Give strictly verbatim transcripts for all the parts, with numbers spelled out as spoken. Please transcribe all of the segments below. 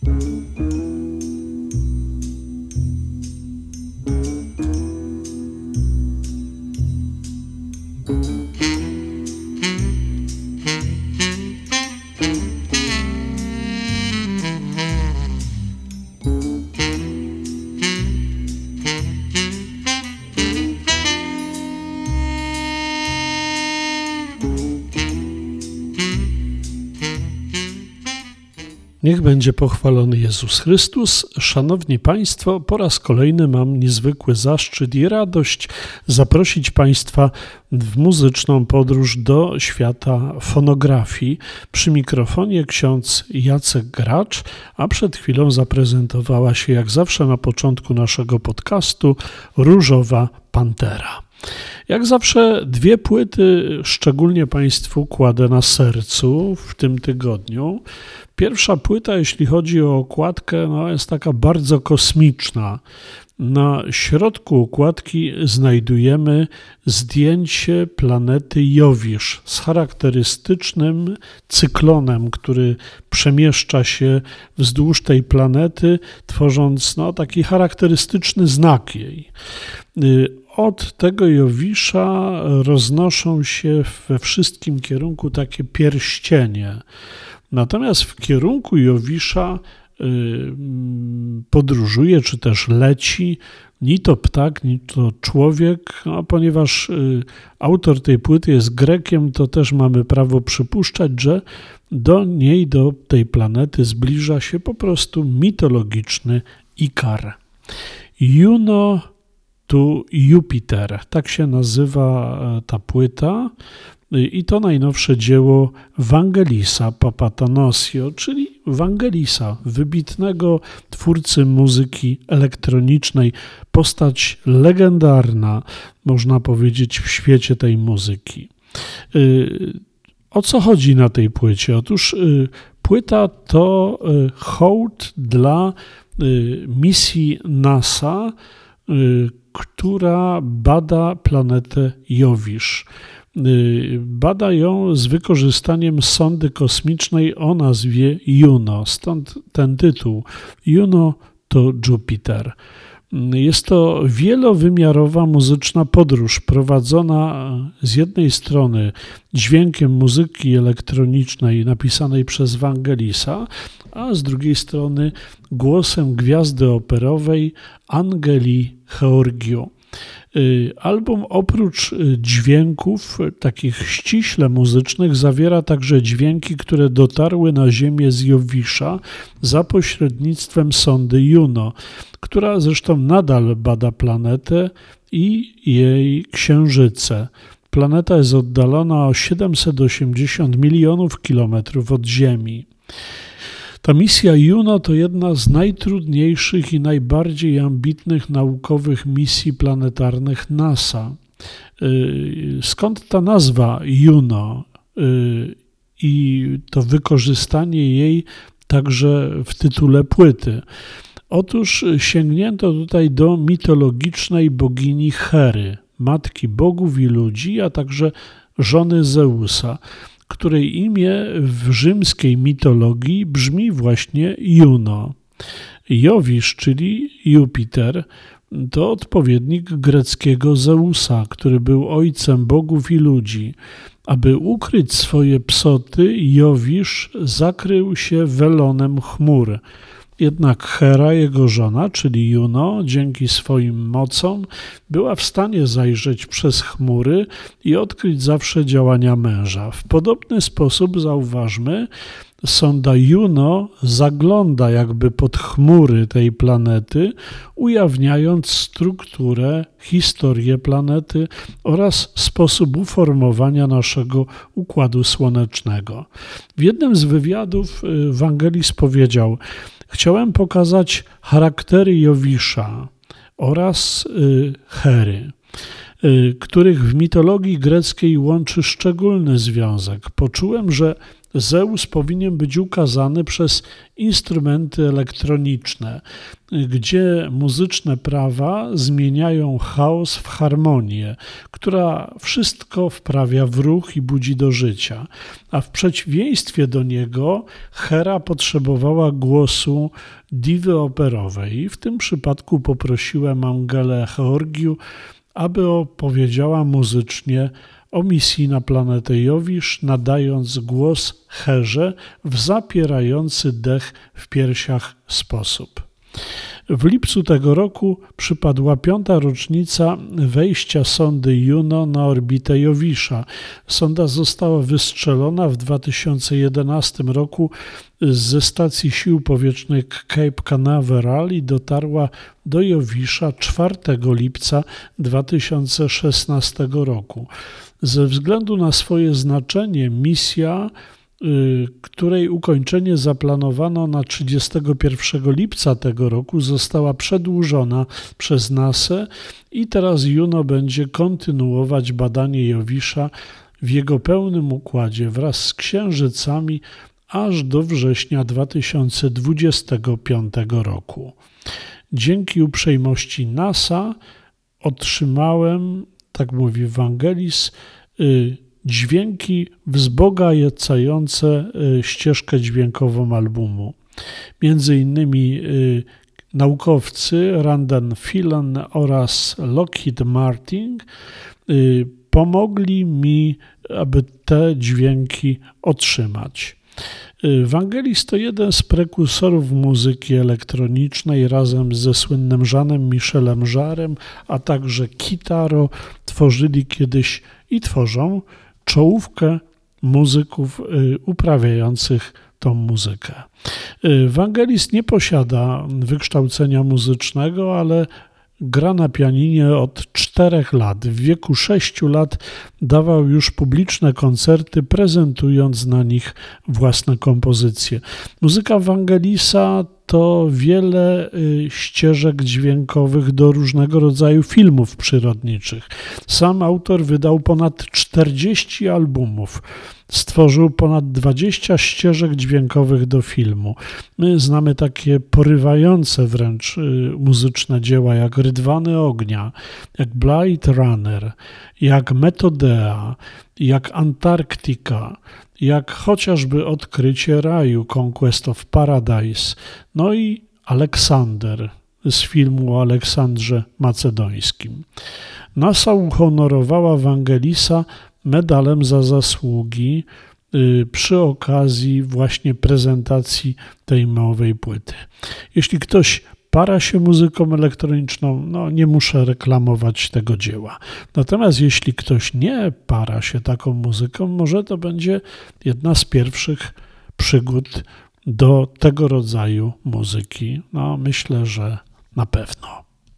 Niech będzie pochwalony Jezus Chrystus. Szanowni Państwo, po raz kolejny mam niezwykły zaszczyt i radość zaprosić Państwa w muzyczną podróż do świata fonografii. Przy mikrofonie ksiądz Jacek Gracz, a przed chwilą zaprezentowała się jak zawsze na początku naszego podcastu Różowa Pantera. Jak zawsze dwie płyty szczególnie Państwu kładę na sercu w tym tygodniu. Pierwsza płyta, jeśli chodzi o okładkę, no jest taka bardzo kosmiczna. Na środku okładki znajdujemy zdjęcie planety Jowisz z charakterystycznym cyklonem, który przemieszcza się wzdłuż tej planety, tworząc no, taki charakterystyczny znak jej. Od tego Jowisza roznoszą się we wszystkim kierunku takie pierścienie. Natomiast w kierunku Jowisza podróżuje, czy też leci ni to ptak, ni to człowiek, a ponieważ autor tej płyty jest Grekiem, to też mamy prawo przypuszczać, że do niej, do tej planety zbliża się po prostu mitologiczny Ikar. Juno to Jupiter, tak się nazywa ta płyta. I to najnowsze dzieło Vangelisa Papatanasio, czyli Vangelisa, wybitnego twórcy muzyki elektronicznej, postać legendarna, można powiedzieć, w świecie tej muzyki. O co chodzi na tej płycie? Otóż płyta to hołd dla misji NASA, która bada planetę Jowisz. Bada ją z wykorzystaniem sondy kosmicznej o nazwie Juno, stąd ten tytuł. Juno to Jupiter. Jest to wielowymiarowa muzyczna podróż prowadzona z jednej strony dźwiękiem muzyki elektronicznej napisanej przez Vangelisa, a z drugiej strony głosem gwiazdy operowej Angeli Georgiou. Album oprócz dźwięków takich ściśle muzycznych zawiera także dźwięki, które dotarły na Ziemię z Jowisza za pośrednictwem sondy Juno, która zresztą nadal bada planetę i jej księżyce. Planeta jest oddalona o siedemset osiemdziesiąt milionów kilometrów od Ziemi. Ta misja Juno to jedna z najtrudniejszych i najbardziej ambitnych naukowych misji planetarnych NASA. Skąd ta nazwa Juno i to wykorzystanie jej także w tytule płyty? Otóż sięgnięto tutaj do mitologicznej bogini Hery, matki bogów i ludzi, a także żony Zeusa, której imię w rzymskiej mitologii brzmi właśnie Juno. Jowisz, czyli Jupiter, to odpowiednik greckiego Zeusa, który był ojcem bogów i ludzi. Aby ukryć swoje psoty, Jowisz zakrył się welonem chmur. Jednak Hera, jego żona, czyli Juno, dzięki swoim mocom była w stanie zajrzeć przez chmury i odkryć zawsze działania męża. W podobny sposób, zauważmy, sonda Juno zagląda jakby pod chmury tej planety, ujawniając strukturę, historię planety oraz sposób uformowania naszego Układu Słonecznego. W jednym z wywiadów Vangelis powiedział: chciałem pokazać charaktery Jowisza oraz Hery. których w mitologii greckiej łączy szczególny związek. Poczułem, że Zeus powinien być ukazany przez instrumenty elektroniczne, gdzie muzyczne prawa zmieniają chaos w harmonię, która wszystko wprawia w ruch i budzi do życia. A w przeciwieństwie do niego Hera potrzebowała głosu diwy operowej. W tym przypadku poprosiłem Angelę Georgiou, aby opowiedziała muzycznie o misji na planetę Jowisz, nadając głos Herze w zapierający dech w piersiach sposób. W lipcu tego roku przypadła piąta rocznica wejścia sondy Juno na orbitę Jowisza. Sonda została wystrzelona w dwa tysiące jedenastym roku ze stacji sił powietrznych Cape Canaveral i dotarła do Jowisza czwartego lipca dwa tysiące szesnastego roku. Ze względu na swoje znaczenie misja, której ukończenie zaplanowano na trzydziestego pierwszego lipca tego roku, została przedłużona przez NASA i teraz Juno będzie kontynuować badanie Jowisza w jego pełnym układzie wraz z księżycami aż do września dwa tysiące dwudziestego piątego roku. Dzięki uprzejmości NASA otrzymałem, tak mówi Vangelis, dźwięki wzbogacające ścieżkę dźwiękową albumu. Między innymi naukowcy Randall Phelan oraz Lockheed Martin pomogli mi, aby te dźwięki otrzymać. Vangelis to jeden z prekursorów muzyki elektronicznej. Razem ze słynnym Jeanem Michelem Jarrem, a także Kitaro tworzyli kiedyś i tworzą czołówkę muzyków uprawiających tą muzykę. Vangelis nie posiada wykształcenia muzycznego, ale gra na pianinie od czterech lat. W wieku sześciu lat dawał już publiczne koncerty, prezentując na nich własne kompozycje. Muzyka Vangelisa to wiele ścieżek dźwiękowych do różnego rodzaju filmów przyrodniczych. Sam autor wydał ponad czterdzieści albumów. Stworzył ponad dwadzieścia ścieżek dźwiękowych do filmu. My znamy takie porywające wręcz muzyczne dzieła jak Rydwany ognia, jak Blade Runner, jak Metodea, jak Antarktika, jak chociażby Odkrycie raju, Conquest of Paradise, no i Aleksander z filmu o Aleksandrze Macedońskim. NASA uhonorowała Vangelisa medalem za zasługi przy okazji właśnie prezentacji tej nowej płyty. Jeśli ktoś para się muzyką elektroniczną, no nie muszę reklamować tego dzieła. Natomiast jeśli ktoś nie para się taką muzyką, może to będzie jedna z pierwszych przygód do tego rodzaju muzyki. No myślę, że na pewno.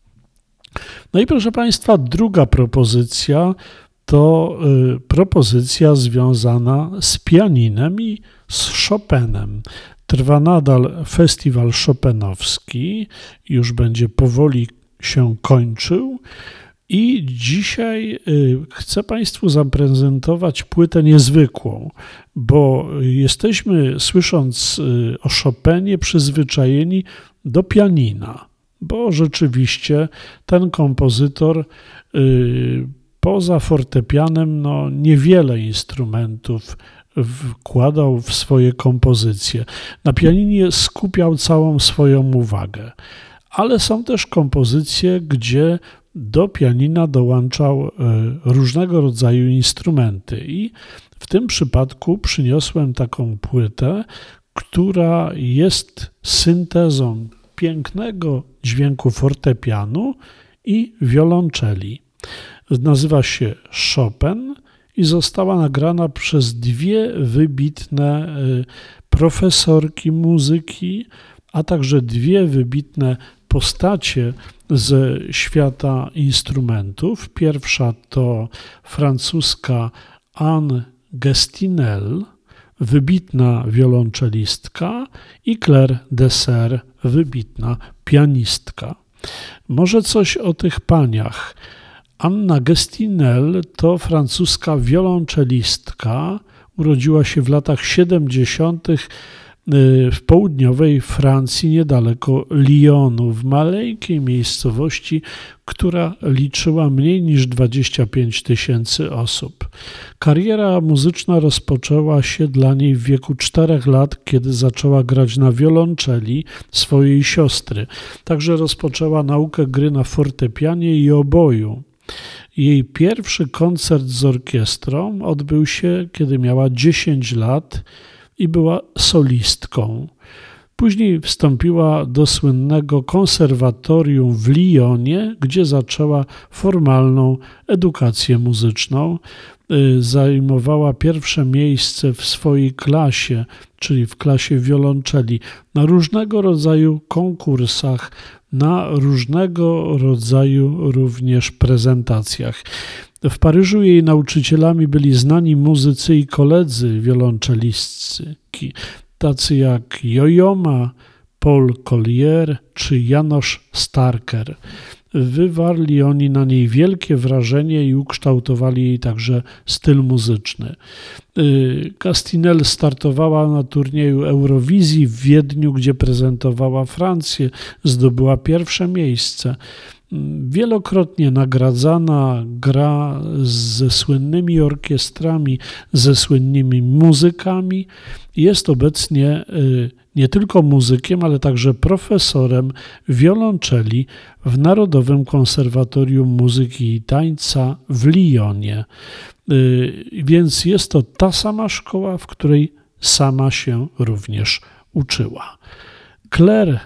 No i proszę Państwa, druga propozycja to y, propozycja związana z pianinem i z Chopinem. Trwa nadal festiwal chopinowski, już będzie powoli się kończył i dzisiaj y, chcę Państwu zaprezentować płytę niezwykłą, bo jesteśmy, słysząc y, o Chopinie, przyzwyczajeni do pianina, bo rzeczywiście ten kompozytor y, poza fortepianem no, niewiele instrumentów wkładał w swoje kompozycje. Na pianinie skupiał całą swoją uwagę, ale są też kompozycje, gdzie do pianina dołączał różnego rodzaju instrumenty i w tym przypadku przyniosłem taką płytę, która jest syntezą pięknego dźwięku fortepianu i wiolonczeli. Nazywa się Chopin i została nagrana przez dwie wybitne profesorki muzyki, a także dwie wybitne postacie ze świata instrumentów. Pierwsza to francuska Anne Gestinel, wybitna wiolonczelistka, i Claire Deser, wybitna pianistka. Może coś o tych paniach. Anna Gestinel to francuska wiolonczelistka. Urodziła się w latach siedemdziesiątych w południowej Francji, niedaleko Lyonu, w maleńkiej miejscowości, która liczyła mniej niż dwadzieścia pięć tysięcy osób. Kariera muzyczna rozpoczęła się dla niej w wieku czterech lat, kiedy zaczęła grać na wiolonczeli swojej siostry. Także rozpoczęła naukę gry na fortepianie i oboju. Jej pierwszy koncert z orkiestrą odbył się, kiedy miała dziesięć lat i była solistką. Później wstąpiła do słynnego konserwatorium w Lyonie, gdzie zaczęła formalną edukację muzyczną. Zajmowała pierwsze miejsce w swojej klasie, czyli w klasie wiolonczeli, na różnego rodzaju konkursach, na różnego rodzaju również prezentacjach. W Paryżu jej nauczycielami byli znani muzycy i koledzy wiolonczelistki, tacy jak Yo-Yo Ma, Paul Collier czy Janosz Starker. Wywarli oni na niej wielkie wrażenie i ukształtowali jej także styl muzyczny. Gestinel startowała na turnieju Eurowizji w Wiedniu, gdzie prezentowała Francję, zdobyła pierwsze miejsce. Wielokrotnie nagradzana, gra ze słynnymi orkiestrami, ze słynnymi muzykami. Jest obecnie nie tylko muzykiem, ale także profesorem wiolonczeli w Narodowym Konserwatorium Muzyki i Tańca w Lyonie. Więc jest to ta sama szkoła, w której sama się również uczyła. Claire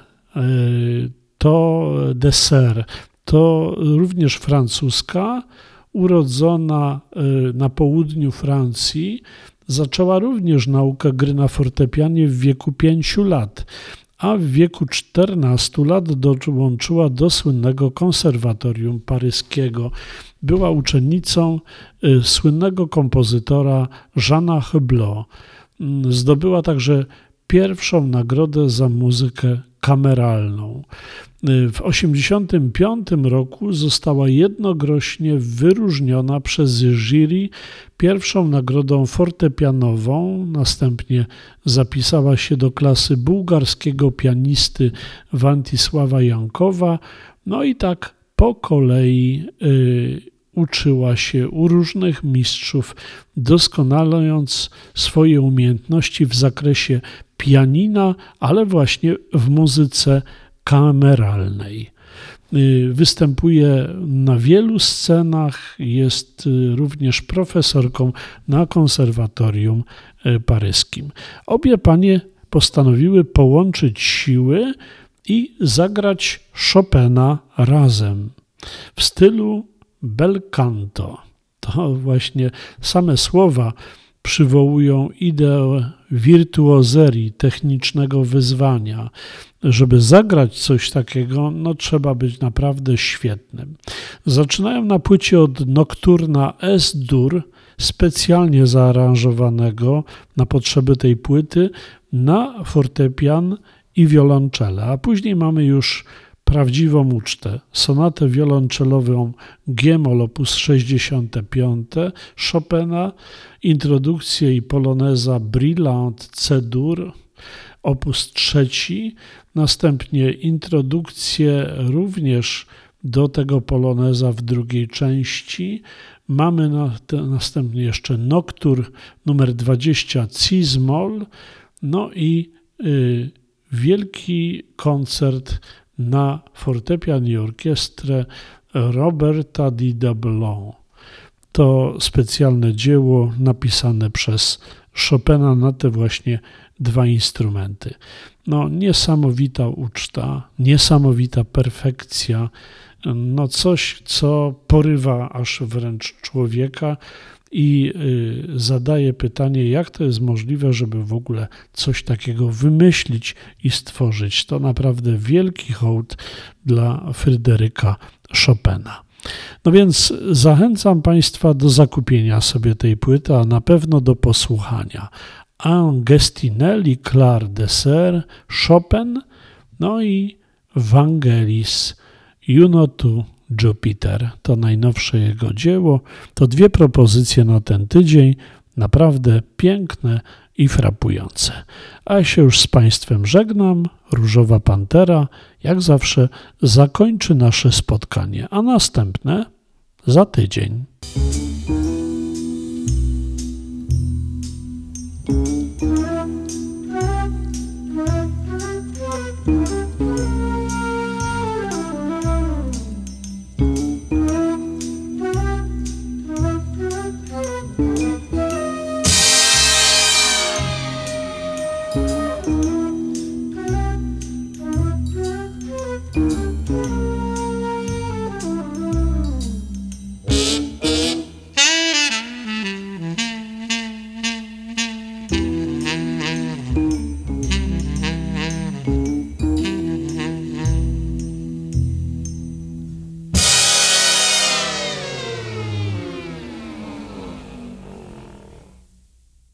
to Dessert, to również francuska, urodzona na południu Francji, zaczęła również naukę gry na fortepianie w wieku pięciu lat, a w wieku czternastu lat dołączyła do słynnego konserwatorium paryskiego. Była uczennicą słynnego kompozytora Jeana Hublot. Zdobyła także pierwszą nagrodę za muzykę kameralną. W tysiąc dziewięćset osiemdziesiątym piątym roku została jednogrośnie wyróżniona przez jury pierwszą nagrodą fortepianową, następnie zapisała się do klasy bułgarskiego pianisty Wantisława Jankowa, no i tak po kolei y, uczyła się u różnych mistrzów, doskonaląc swoje umiejętności w zakresie pianina, ale właśnie w muzyce kameralnej. Występuje na wielu scenach, jest również profesorką na konserwatorium paryskim. Obie panie postanowiły połączyć siły i zagrać Chopina razem w stylu bel canto. To właśnie same słowa przywołują ideę wirtuozerii, technicznego wyzwania. Żeby zagrać coś takiego, no trzeba być naprawdę świetnym. Zaczynają na płycie od nokturna S-dur, specjalnie zaaranżowanego na potrzeby tej płyty, na fortepian i wiolonczele, a później mamy już prawdziwą ucztę, sonatę wiolonczelową G-moll op. sześćdziesiąt pięć Chopina, introdukcję i poloneza Brillant C-dur op. trzy, następnie introdukcję również do tego poloneza w drugiej części. Mamy na te, następnie jeszcze noktur numer dwadzieścia Cis-moll, no i y, wielki koncert na fortepian i orkiestrę Roberta Di Dablon. To specjalne dzieło napisane przez Chopina na te właśnie dwa instrumenty. No, niesamowita uczta, niesamowita perfekcja, no coś, co porywa aż wręcz człowieka i y, zadaje pytanie, jak to jest możliwe, żeby w ogóle coś takiego wymyślić i stworzyć. To naprawdę wielki hołd dla Fryderyka Chopina. No więc zachęcam Państwa do zakupienia sobie tej płyty, a na pewno do posłuchania. Anne Gestinel i Claire Dessert, Chopin, no i Vangelis, You Know To Jupiter. To najnowsze jego dzieło. To dwie propozycje na ten tydzień, naprawdę piękne i frapujące. A ja się już z Państwem żegnam. Różowa Pantera, jak zawsze, zakończy nasze spotkanie, a następne za tydzień.